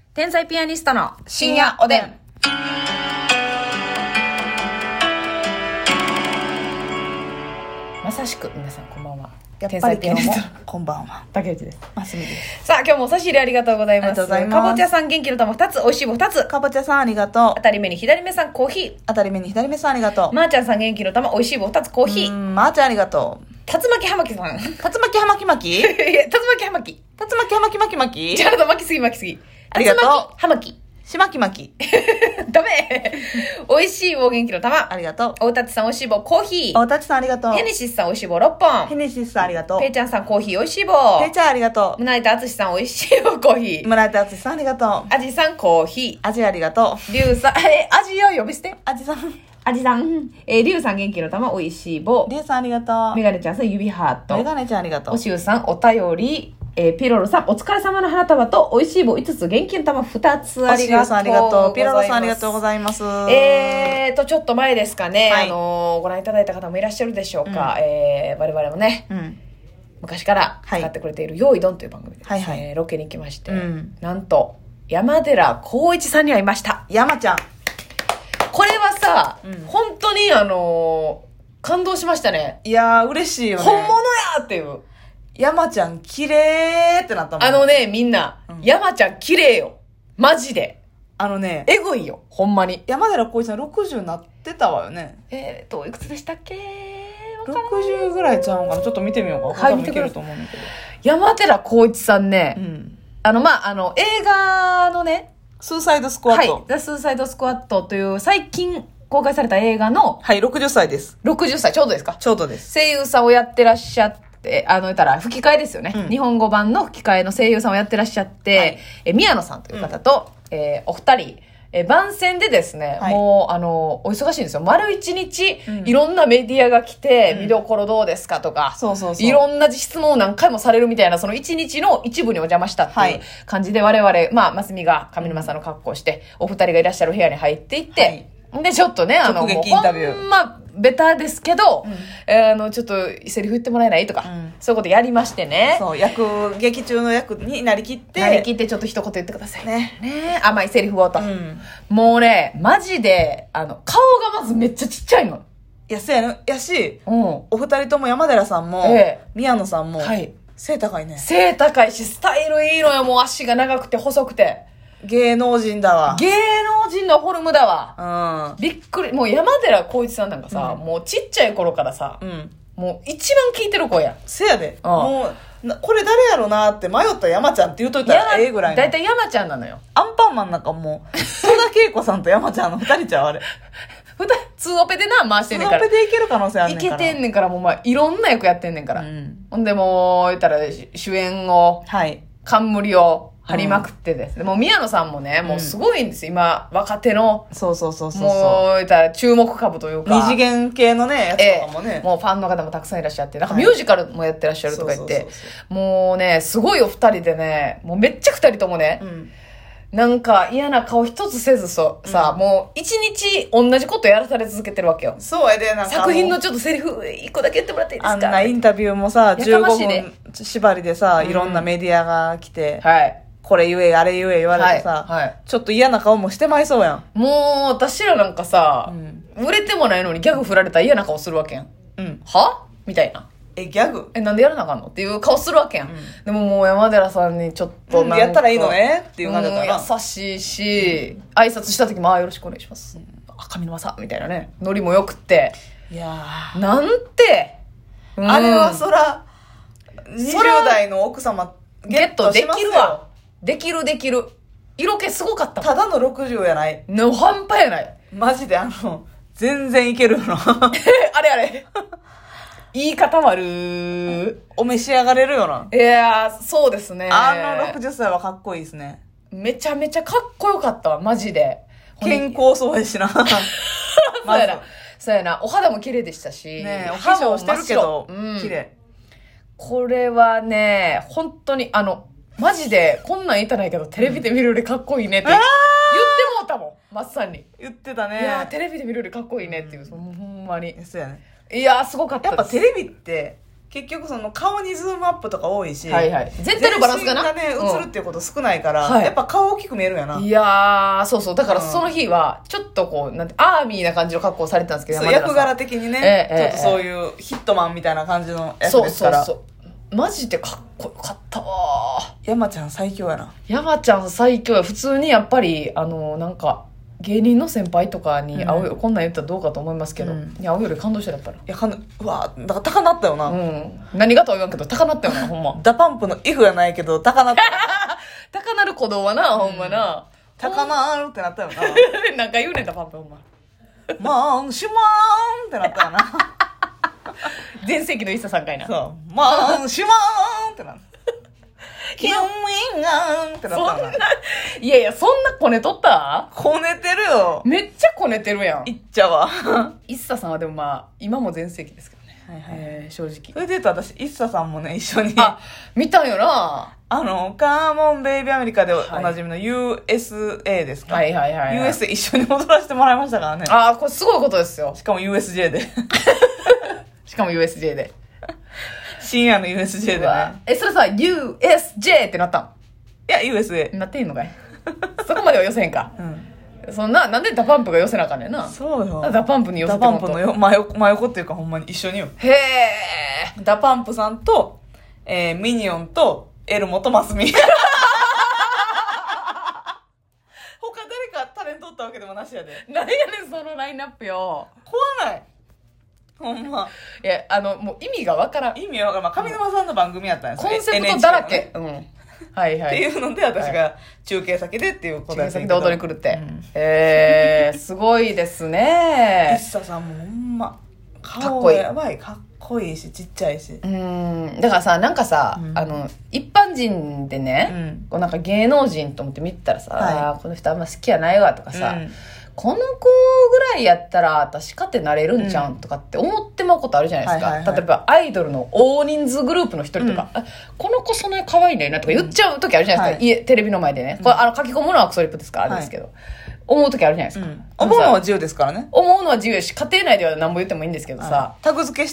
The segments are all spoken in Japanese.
天才ピアニストの深夜おでん。 まさしく皆さんこんばんは。 やっぱり今日もこんばんは。竹内です。 ますみです。 さあ今日もお差し入れありがとうございます。 ありがとうございます。 かぼちゃさん元気の玉2つ、おいしい棒2つ。 かぼちゃさんありがとう。 当たり目に左目さんコーヒー。 当たり目に左目さんありがとう。 まーちゃんさん元気の玉、おいしい棒2つコーヒー。 まーちゃんありがとう。 竜巻はまきさん。竜巻はまきまきいや、竜巻はまき。 竜巻はまきまきまきじゃあ、巻きすぎ巻きすぎ。 ありがとう。 竜巻はまき。 しまきまき。 ダメ。おいしい棒元気の玉。 ありがとう。 おうたちさんおいしい棒コーヒー。 おうたちさんありがとう。 ヘネシスさんおいしい棒6本。 ヘネシスさんありがとう。 ペイちゃんさんコーヒーおいしい棒。 ペイちゃんありがとう。 胸板あつしさんおいしい棒コーヒー。 村田敦さんありがとう。 あじさんコーヒあじありがとー。りゅうさん、あじを呼び捨て。 う。あじさん。 あじさん。りゅうさん元気の玉おいしい棒。 りゅうさんありがとう。 メガネちゃんさん指ハート。 メガネちゃんありがとう。 おしゅうさんお便り。ピロロさんお疲れ様の花束とおいしい棒5つ元気の玉2つありがとうございます。おしゅうさんありがとう。 ピロロさんありがとうございます。 ちょっと前ですかね、 はい、 ご覧いただいた方もいらっしゃるでしょうか。我々もね、昔から使ってくれているよいどんという番組でですね、ロケに行きまして、なんと山寺宏一さんに会いました。 山ちゃん。 これはさ、本当に感動しましたね。 いやー嬉しいよね。 本物やっていう。 山ちゃん綺麗ってなったもん。 みんな、山ちゃん綺麗よ。マジで。えぐいよ。ほんまに。 山寺宏一さん60になってたわよね。 いくつでしたっけ ？60ぐらいちゃうのかな。ちょっと見てみようか。 はい、見てくれると思うんだけど。山寺宏一さんね、映画のね、 スーサイドスクワット。 はい。ザ・スーサイドスクワットという最近公開された映画の、 はい、60歳です。 60歳、ちょうどですか？ ちょうどです。 声優さんをやってらっしゃって、言ったら吹き替えですよね、日本語版の吹き替えの声優さんをやってらっしゃって、宮野さんという方と、お二人、番宣でですね、もう、お忙しいんですよ。丸一日、いろんなメディアが来て、見どころどうですかとか、いろんな質問を何回もされるみたいな、その一日の一部にお邪魔したっていう感じで、我々、ますみが上沼さんの格好をして、お二人がいらっしゃる部屋に入っていって、で、ちょっとね、 直撃インタビュー。 ほんま、ベタですけど、ちょっとセリフ言ってもらえないとか、そういうことやりましてね。 そう、劇中の役になりきって。 ちょっと一言言ってください。ね甘いセリフをと。もうね、マジで、顔がまずめっちゃちっちゃいの。 いや、やし、お二人とも山寺さんも、宮野さんも、背高いね。 背高いし、スタイルいいのよ、もう足が長くて細くて。 芸能人だわ。 芸能人のフォルムだわ。びっくり。もう山寺宏一さんなんかさ、もうちっちゃい頃からさ、もう一番聞いてる子や。 せやで。もう、これ誰やろなって迷ったら山ちゃんって言うといたらええぐらいの。 だいたい山ちゃんなのよ。 アンパンマンなんかもう、戸田恵子さんと山ちゃんの二人ちゃうあれ。 ツーオペで回してんねんから。 ツーオペでいける可能性あんねんから。 いけてんねんから、もういろんな役やってんねんから。ほんでもう、言ったら主演を、冠を張りまくってですね。もう宮野さんもね、もうすごいんですよ。今、若手の。 そう。もう、言ったら注目株というか。 二次元系のね、やつとかもね。 もうファンの方もたくさんいらっしゃって、なんかミュージカルもやってらっしゃるとか言って、もうね、すごいお二人でね、もうめっちゃ二人ともね、なんか嫌な顔一つせずさ、もう一日同じことやらされ続けてるわけよ。 そうやで、なんか。 作品のちょっとセリフ一個だけ言ってもらっていいですか？ あんなインタビューもさ、15分縛りでさ、いろんなメディアが来て、これ言え、あれ言え言われてさ、ちょっと嫌な顔もしてまいそうやん。 もう、私らなんかさ、売れてもないのにギャグ振られたら嫌な顔するわけやん。はみたいな。 ギャグなんでやらなあかんのっていう顔するわけやん。でももう山寺さんにちょっとなんか、 やったらいいのねっていう感じだったら優しいし、挨拶した時もよろしくお願いします。上沼さんみたいなね。ノリもよくって。 いやー。なんて、 あれはそら、20代の奥様ゲットできるわ。できる。色気すごかったもん。 ただの60やない。 半端やない。 マジで全然いけるの。 あれ。言い方悪。 お召し上がれるよな。 いやー、そうですね。 60歳はかっこいいですね。 めちゃめちゃかっこよかったわ、マジで。 健康そうやしな。 そうやな。お肌も綺麗でしたし。 お化粧してるけど、綺麗。 これはね、本当に、マジで、こんなん言ったないけど、テレビで見るよりかっこいいねって言ってもうたもん、マッサンに。 言ってたね。 いやー、テレビで見るよりかっこいいねっていう、ほんまに。 そうやね。 いやー、すごかったです。やっぱテレビって、 結局その顔にズームアップとか多いし、 はいはい、全体のバランスがな全身がね映るっていうこと少ないから、やっぱ顔大きく見えるんやな。 いやー、そうそう、だからその日はちょっとこうなんてアーミーな感じの格好をされてたんですけど、 そう役柄的にね、ちょっとそういうヒットマンみたいな感じのやつですから。そうそうそう、マジでかっこよかったわ。 山ちゃん最強やな。 山ちゃん最強や。普通にやっぱりなんか芸人の先輩とかに青い、こんなん言ったらどうかと思いますけど、いや青いより感動したらやっぱり。 いやうわだから高なったよな。 何がとは言わんけど高なったよな、ほんま。 ダパンプのイフやないけど高なった高なる鼓動はな、ほんまな。 高なるってなったよな。 なんか言うねん、ダパンプほんま。 マンシュマーンってなったよな。 全盛期のイッサさんかいな。 そう。マンシュマーンってなった。キュンウィンガンってなったよな。 いやいや、そんなこねとった？ こねてるよ。 めっちゃこねてるやん。 いっちゃわ。 イッサさんはでもまあ、今も全盛期ですけどね。 はいはい、 正直。 それで言うと私、イッサさんもね、一緒に。 見たんよな。 カーモンベイビーアメリカでおなじみの USA ですか。 はいはいはい、はい。 USA 一緒に踊らせてもらいましたからね。 これすごいことですよ。 しかも USJ で。 しかも USJ で。 深夜の USJ でね。 それさ、USJ ってなったん？ いや、USA。 なってんのかい。そこまでは寄せへんか。そんな、なんでダパンプが寄せなあかんねんな。 そうよ。 ダパンプに寄せてもらった。 ダパンプの真横っていうかほんまに一緒によ。 へー。 ダパンプさんと、ミニオンと、エルモとマスミ。他誰かタレントおったわけでもなしやで。 何やねん、そのラインナップよ。 怖ない。ほんま。 いや、もう意味がわからん。 意味わからん。まあ、上沼さんの番組やったんですよ。 コンセプトだらけ。はいはい。 っていうので、私が中継先でっていうことやったけど。中継先で踊り来るって。すごいですね。 イッサさんもほんま、顔がやばい。かっこいいし、ちっちゃいし。 だからさ、なんかさ、一般人でね、こうなんか芸能人と思って見てたらさ、この人あんま好きやないわとかさ、この子ぐらいやったら私かってなれるんちゃうんとかって思ってまうことあるじゃないですか。例えばアイドルの大人数グループの一人とか、この子そんなに可愛いねとか言っちゃう時あるじゃないですか。テレビの前でね。これ書き込むのはクソリップですからあれですけど。思う時あるじゃないですか。 思うのは自由ですからね。 思うのは自由やし、家庭内では何も言ってもいいんですけどさ。 タグ付けして、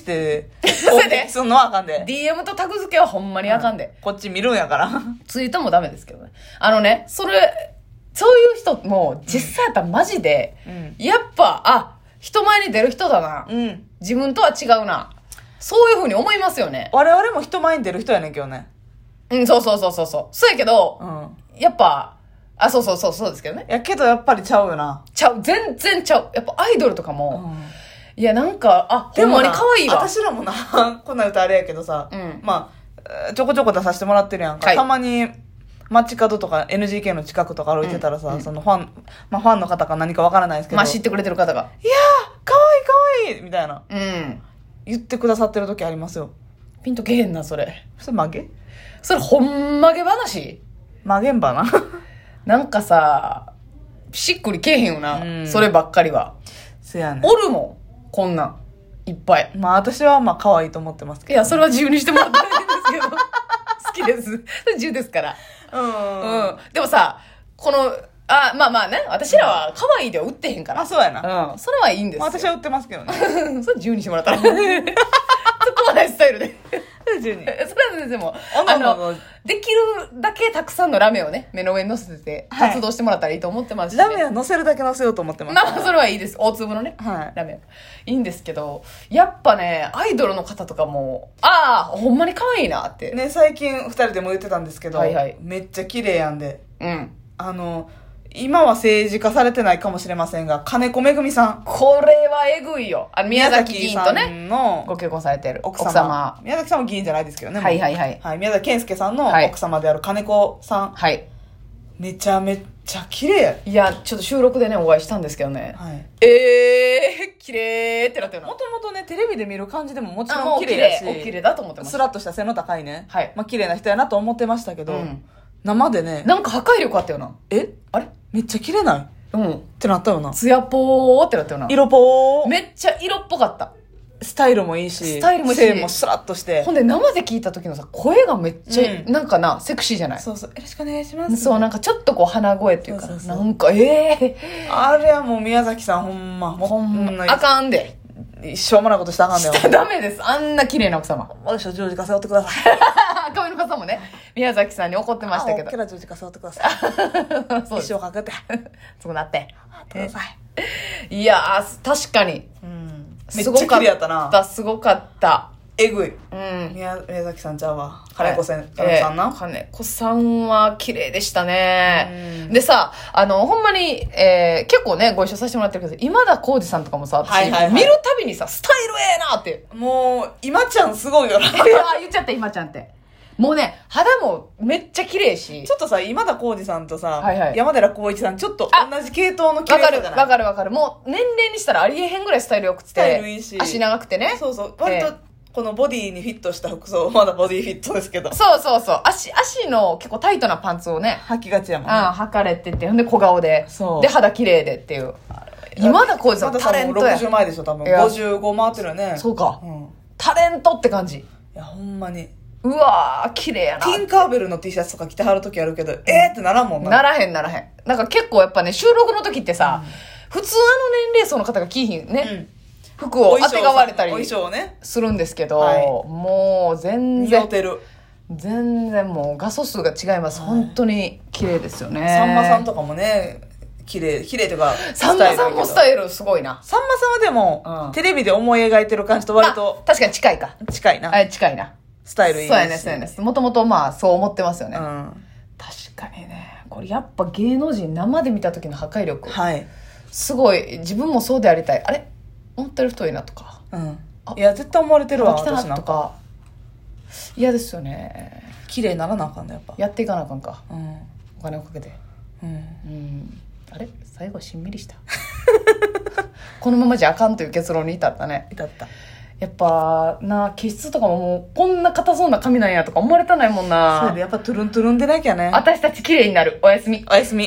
それで、 すんのはあかんで。 DM とタグ付けはほんまにあかんで。 こっち見るんやから。 ツイートもダメですけどね。そういう人も実際やったらマジで、やっぱ、人前に出る人だな。自分とは違うな。そういう風に思いますよね。 我々も人前に出る人やねんけどね。 そう。そうやけど、やっぱ、そうですけどね。 やけどやっぱりちゃうよな。 全然ちゃう。やっぱアイドルとかも、いやなんか、ほんまに可愛いわ。 私らもな、こんな歌あれやけどさ、まあ、ちょこちょこ出させてもらってるやんか。たまに、街角とか NGK の近くとか歩いてたらさ、そのファンの方か何かわからないですけど。 知ってくれてる方が。 いやー、可愛いみたいな。言ってくださってる時ありますよ。 ピンとけへんな、それ。 それ曲げ？ それほんまげ話？ 曲げんばな。 なんかさ、しっくりけえへんよな、そればっかりは。 せやね。 おるもん、こんなん。いっぱい。 まあ私はまあ可愛いと思ってますけど。 いや、それは自由にしてもらってないんですけど。好きです。それ自由ですから。でもさ、まあね、私らは可愛いでは売ってへんから。 そうやな。 それはいいんですよ。 私は売ってますけどね。 それ自由にしてもらったら。そこはないスタイルで。 自由に。 それは全然もう、できるだけたくさんのラメをね、目の上に乗せて活動してもらったらいいと思ってますし、 ラメは乗せるだけ乗せようと思ってます。 それはいいです。大粒のね、ラメ。いいんですけど、やっぱね、アイドルの方とかも、ほんまに可愛いなって。 ね、最近二人でも言ってたんですけど、めっちゃ綺麗やんで。今は政治化されてないかもしれませんが、金子めぐみさん。 これはえぐいよ。宮崎議員とね、 のご結婚されてる奥様。 宮崎さんも議員じゃないですけどね。 はい。 宮崎健介さんの奥様である金子さん。めちゃめちゃ綺麗。 いや、ちょっと収録でね、お会いしたんですけどね。綺麗ってなってるの。 もともとね、テレビで見る感じでももちろん綺麗だし。 綺麗だと思ってます。 スラッとした背の高いね。まあ綺麗な人やなと思ってましたけど、生でね。 なんか破壊力あったよな。 あれめっちゃ綺麗ないってなったよな。 ツヤぽーってなったよな。 色ぽー。 めっちゃ色っぽかった。 スタイルもいいし、背もスラッとして。 ほんで生で聞いた時のさ、声がめっちゃ、なんかな、セクシーじゃない？ そう。よろしくお願いします。 そう、なんかちょっとこう鼻声っていうか、なんか、 あれはもう宮崎さんほんま。 あかんで。 しょうもないことしたらあかんだよ。 したらダメです。あんな綺麗な奥様。 もう一生十字架背負ってください。 上沼さんもね、宮崎さんに怒ってましたけど。 大きな十字架背負ってください。 そう一生かけて。 そうなって。 ください。 いやー、確かに。 めっちゃ綺麗やったな。 すごかった。 えぐい。 うん。 宮崎さんちゃうわ。金子さんな。 金子さんは綺麗でしたね。でさ、ほんまに、結構ね、ご一緒させてもらってるけど、今田耕司さんとかもさ、私、見るたびにさ、スタイルええなって。 もう、今ちゃんすごいよな。 いや、言っちゃった、今ちゃんって。もうね、肌もめっちゃ綺麗し。 ちょっとさ、今田耕司さんとさ、山寺宏一さん、ちょっと同じ系統の綺麗さじゃない？ わかる。もう、年齢にしたらありえへんぐらいスタイル良くて。 スタイルいいし。 足長くてね。 そう。割と、このボディにフィットした服装、まだボディフィットですけど。 そう。足の結構タイトなパンツをね。 履きがちやもんね。 履かれてて、ほんで小顔で。で、肌綺麗でっていう。今田耕司さんタレントや。 60前でしょ、多分。55回ってるよね。 そうか。タレントって感じ。 いや、ほんまに。 うわー、綺麗やな。 ティンカーベルの T シャツとか着てはるときあるけど、ってならんもんな。 ならへん。なんか結構やっぱね、収録の時ってさ、普通年齢層の方が着ひんね。服を当てがわれたりするんですけど、もう全然もう画素数が違います。本当に綺麗ですよね。 さんまさんとかもね、綺麗というか、 さんまさんもスタイルすごいな。 さんまさんはでも、テレビで思い描いてる感じと割と。 確かに近いな。 近いな。スタイルいいです。 そうやね。もともとまあそう思ってますよね。確かにね。これやっぱ芸能人生で見た時の破壊力。すごい、自分もそうでありたい。あれ思ったより太いなとか。 いや、絶対思われてるわ、 私なんか。嫌ですよね。 綺麗にならなあかんだ、やっぱ。 やっていかなあかんか。お金をかけて。あれ最後しんみりした。このままじゃあかんという結論に至ったね。やっぱ毛質とかももうこんな硬そうな髪なんやとか思われたないもんな。 そうで、やっぱトゥルントゥルンでなきゃね。 私たち綺麗になる。おやすみ。